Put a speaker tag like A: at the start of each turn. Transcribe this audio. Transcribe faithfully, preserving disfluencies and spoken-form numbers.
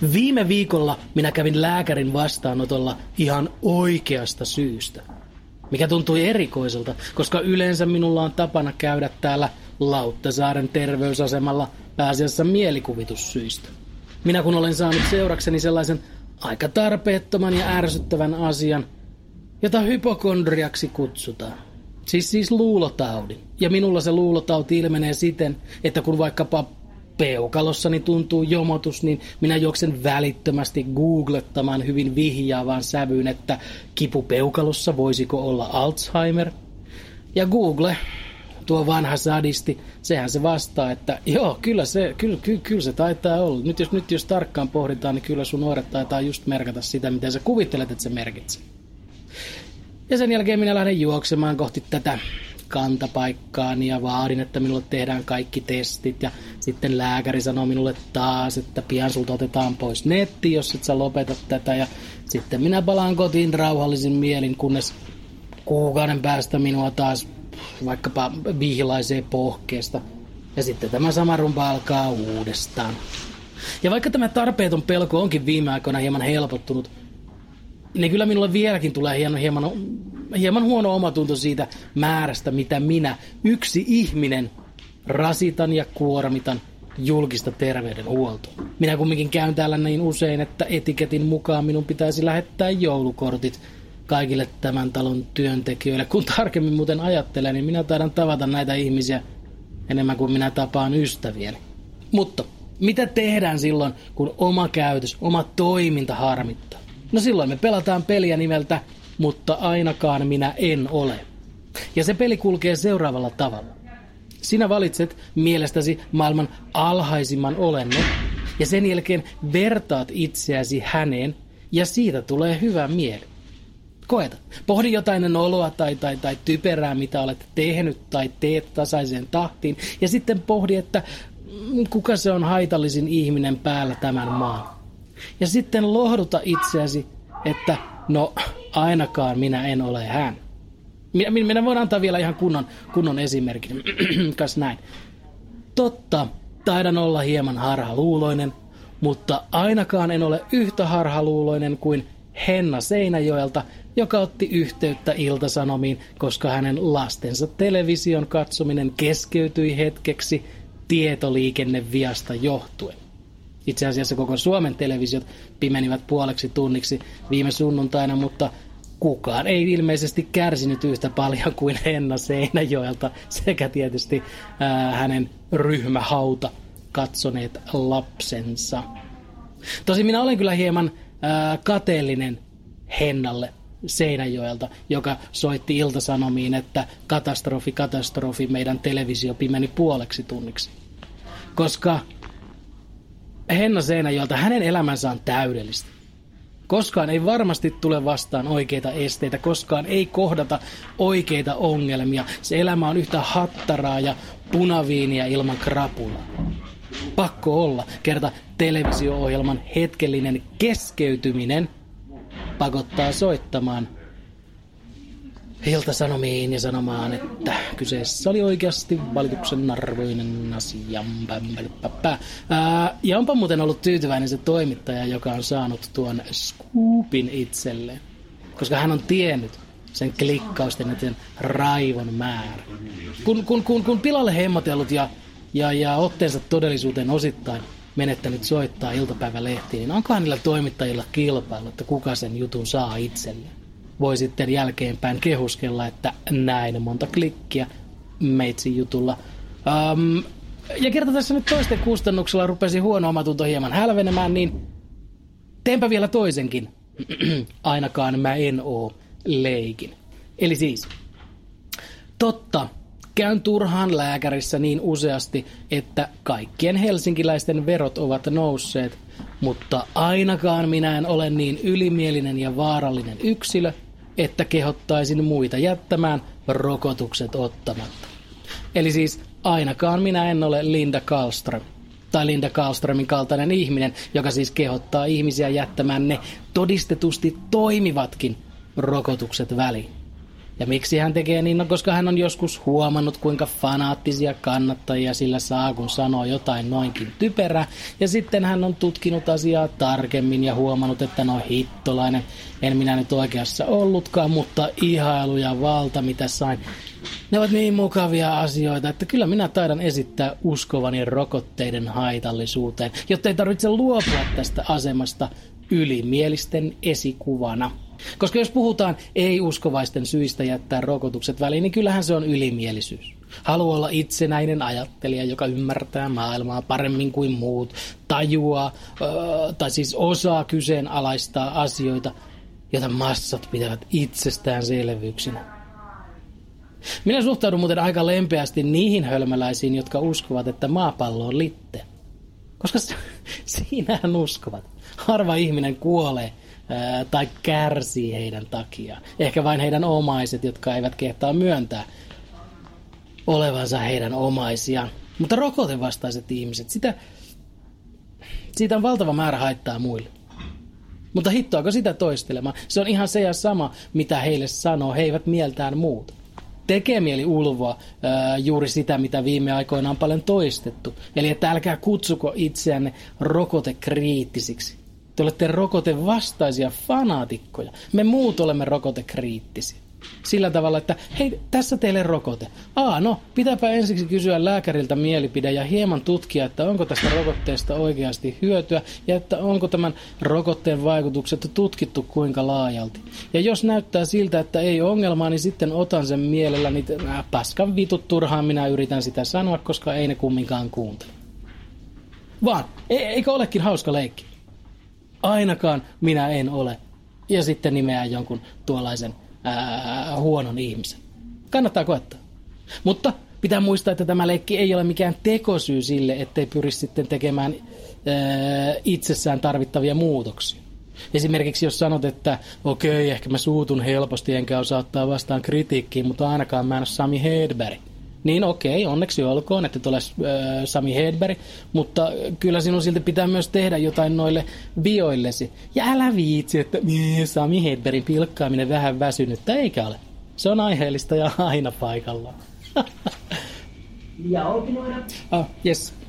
A: Viime viikolla minä kävin lääkärin vastaanotolla ihan oikeasta syystä. Mikä tuntui erikoiselta, koska yleensä minulla on tapana käydä täällä Lauttasaaren terveysasemalla pääasiassa mielikuvitussyistä. Minä kun olen saanut seurakseni sellaisen aika tarpeettoman ja ärsyttävän asian, jota hypokondriaksi kutsutaan. Siis siis luulotaudin. Ja minulla se luulotauti ilmenee siten, että kun vaikkapa peukalossani tuntuu jomotus, niin minä juoksen välittömästi googlettamaan hyvin vihjaavaan sävyyn, että kipu peukalossa voisiko olla Alzheimer. Ja Google, tuo vanha sadisti, sehän se vastaa, että joo, kyllä se, kyllä, kyllä, kyllä se taitaa olla. Nyt jos, nyt jos tarkkaan pohditaan, niin kyllä sun oiret taitaa just merkata sitä, mitä sä kuvittelet, että se merkitsee. Ja sen jälkeen minä lähden juoksemaan kohti tätä kantapaikkaani ja vaadin, että minulle tehdään kaikki testit. Ja sitten lääkäri sanoo minulle taas, että pian sulta otetaan pois netti, jos et sä lopeta tätä. Ja sitten minä palaan kotiin rauhallisin mielin, kunnes kuukauden päästä minua taas vaikkapa vihilaisee pohkeesta. Ja sitten tämä sama rumpa alkaa uudestaan. Ja vaikka tämä tarpeeton pelko onkin viime aikoina hieman helpottunut, niin kyllä minulle vieläkin tulee hieman, hieman, hieman huono omatunto siitä määrästä, mitä minä, yksi ihminen, rasitan ja kuormitan julkista terveydenhuoltoa. Minä kumminkin käyn täällä niin usein, että etiketin mukaan minun pitäisi lähettää joulukortit kaikille tämän talon työntekijöille. Kun tarkemmin muuten ajattelen, niin minä taidan tavata näitä ihmisiä enemmän kuin minä tapaan ystäviäni. Mutta mitä tehdään silloin, kun oma käytös, oma toiminta harmittaa? No silloin me pelataan peliä nimeltä, mutta ainakaan minä en ole. Ja se peli kulkee seuraavalla tavalla. Sinä valitset mielestäsi maailman alhaisimman olennon ja sen jälkeen vertaat itseäsi häneen ja siitä tulee hyvä mieli. Koeta. Pohdi jotain noloa tai, tai, tai typerää, mitä olet tehnyt tai teet tasaiseen tahtiin ja sitten pohdi, että kuka se on haitallisin ihminen päällä tämän maan. Ja sitten lohduta itseäsi, että no ainakaan minä en ole hän. Minä, minä voin antaa vielä ihan kunnon, kunnon esimerkin. Kas näin. Totta, taidan olla hieman harhaluuloinen, mutta ainakaan en ole yhtä harhaluuloinen kuin Henna Seinäjoelta, joka otti yhteyttä Ilta-Sanomiin, koska hänen lastensa television katsominen keskeytyi hetkeksi tietoliikenneviasta johtuen. Itse asiassa koko Suomen televisiot pimenivät puoleksi tunniksi viime sunnuntaina, mutta kukaan ei ilmeisesti kärsinyt yhtä paljon kuin Henna Seinäjoelta sekä tietysti ää, hänen ryhmähauta katsoneet lapsensa. Tosin minä olen kyllä hieman ää, kateellinen Hennalle Seinäjoelta, joka soitti Ilta-Sanomiin, että katastrofi, katastrofi, meidän televisio pimeni puoleksi tunniksi. Koska Henna Seinäjoelta, hänen elämänsä on täydellistä. Koskaan ei varmasti tule vastaan oikeita esteitä, koskaan ei kohdata oikeita ongelmia. Se elämä on yhtä hattaraa ja punaviiniä ilman krapulaa. Pakko olla, kerta televisio-ohjelman hetkellinen keskeytyminen pakottaa soittamaan Ilta-Sanomiin ja sanomaan, että kyseessä oli oikeasti valituksen arvoinen asia. Ää, ja onpa muuten ollut tyytyväinen se toimittaja, joka on saanut tuon scoopin itselleen. Koska hän on tiennyt sen klikkausten ja sen raivon määrä. Kun, kun, kun, kun pilalle hemmotellut ja, ja, ja otteensa todellisuuteen osittain menettänyt soittaa iltapäivälehtiin, niin onkohan niillä toimittajilla kilpailu, että kuka sen jutun saa itselleen? Voi sitten jälkeenpäin kehuskella, että näin monta klikkiä meitsin jutulla. Um, ja kerta tässä nyt toisten kustannuksella rupesi huono omatunto hieman hälvenemään, niin teenpä vielä toisenkin. Ainakaan mä en oo leikin. Eli siis, totta, käyn turhaan lääkärissä niin useasti, että kaikkien helsinkiläisten verot ovat nousseet, mutta ainakaan minä en ole niin ylimielinen ja vaarallinen yksilö, että kehottaisin muita jättämään rokotukset ottamatta. Eli siis ainakaan minä en ole Linda Karlström, tai Linda Karlströmin kaltainen ihminen, joka siis kehottaa ihmisiä jättämään ne todistetusti toimivatkin rokotukset väliin. Ja miksi hän tekee niin? No, koska hän on joskus huomannut, kuinka fanaattisia kannattajia sillä saa, kun sanoo jotain noinkin typerää. Ja sitten hän on tutkinut asiaa tarkemmin ja huomannut, että no hittolainen, en minä nyt oikeassa ollutkaan, mutta ihailu ja valta, mitä sain. Ne ovat niin mukavia asioita, että kyllä minä taidan esittää uskovani rokotteiden haitallisuuteen, jotta ei tarvitse luopua tästä asemasta ylimielisten esikuvana. Koska jos puhutaan ei-uskovaisten syistä jättää rokotukset väliin, niin kyllähän se on ylimielisyys. Haluaa olla itsenäinen ajattelija, joka ymmärtää maailmaa paremmin kuin muut, tajuaa öö, tai siis osaa kyseenalaistaa asioita, joita massat pitävät itsestäänselvyyksinä. Minä suhtaudun muuten aika lempeästi niihin hölmöläisiin, jotka uskovat, että maapallo on litte. Koska siinähän uskovat. Harva ihminen kuolee ää, tai kärsii heidän takiaan. Ehkä vain heidän omaiset, jotka eivät kehtaa myöntää olevansa heidän omaisiaan. Mutta rokotevastaiset ihmiset, sitä, siitä on valtava määrä haittaa muille. Mutta hittoako sitä toistelemaan? Se on ihan se ja sama, mitä heille sanoo. He eivät mieltään muuta. Tekee mieli ulvoa ää, juuri sitä, mitä viime aikoina on paljon toistettu. Eli että älkää kutsuko itseänne rokotekriittisiksi. Te olette rokotevastaisia fanaatikkoja. Me muut olemme rokotekriittisiä. Sillä tavalla, että hei, tässä teille rokote. Aa, no, pitääpä ensiksi kysyä lääkäriltä mielipide ja hieman tutkia, että onko tästä rokotteesta oikeasti hyötyä ja että onko tämän rokotteen vaikutukset tutkittu kuinka laajalti. Ja jos näyttää siltä, että ei ongelmaa, niin sitten otan sen mielelläni, äh, paskan vitut turhaan minä yritän sitä sanoa, koska ei ne kumminkaan kuuntele. Vaan, e- eikö olekin hauska leikki? Ainakaan minä en ole. Ja sitten nimeää jonkun tuollaisen Ää, huonon ihmisen. Kannattaa koettaa. Mutta pitää muistaa, että tämä leikki ei ole mikään tekosyy sille, ettei pyri sitten tekemään ää, itsessään tarvittavia muutoksia. Esimerkiksi jos sanot, että okei, ehkä mä suutun helposti enkä osaa ottaa vastaan kritiikkiin, mutta ainakaan mä en ole Sami Hedberg. Niin okei, onneksi olkoon, että et ole äh, Sami Hedberg, mutta kyllä sinun silti pitää myös tehdä jotain noille bioillesi. Ja älä viitsi, että Sami Hedbergin pilkkaaminen vähän väsynyttä, eikä ole. Se on aiheellista ja aina paikallaan.
B: Ja Olkinoida.
A: Ah, yes.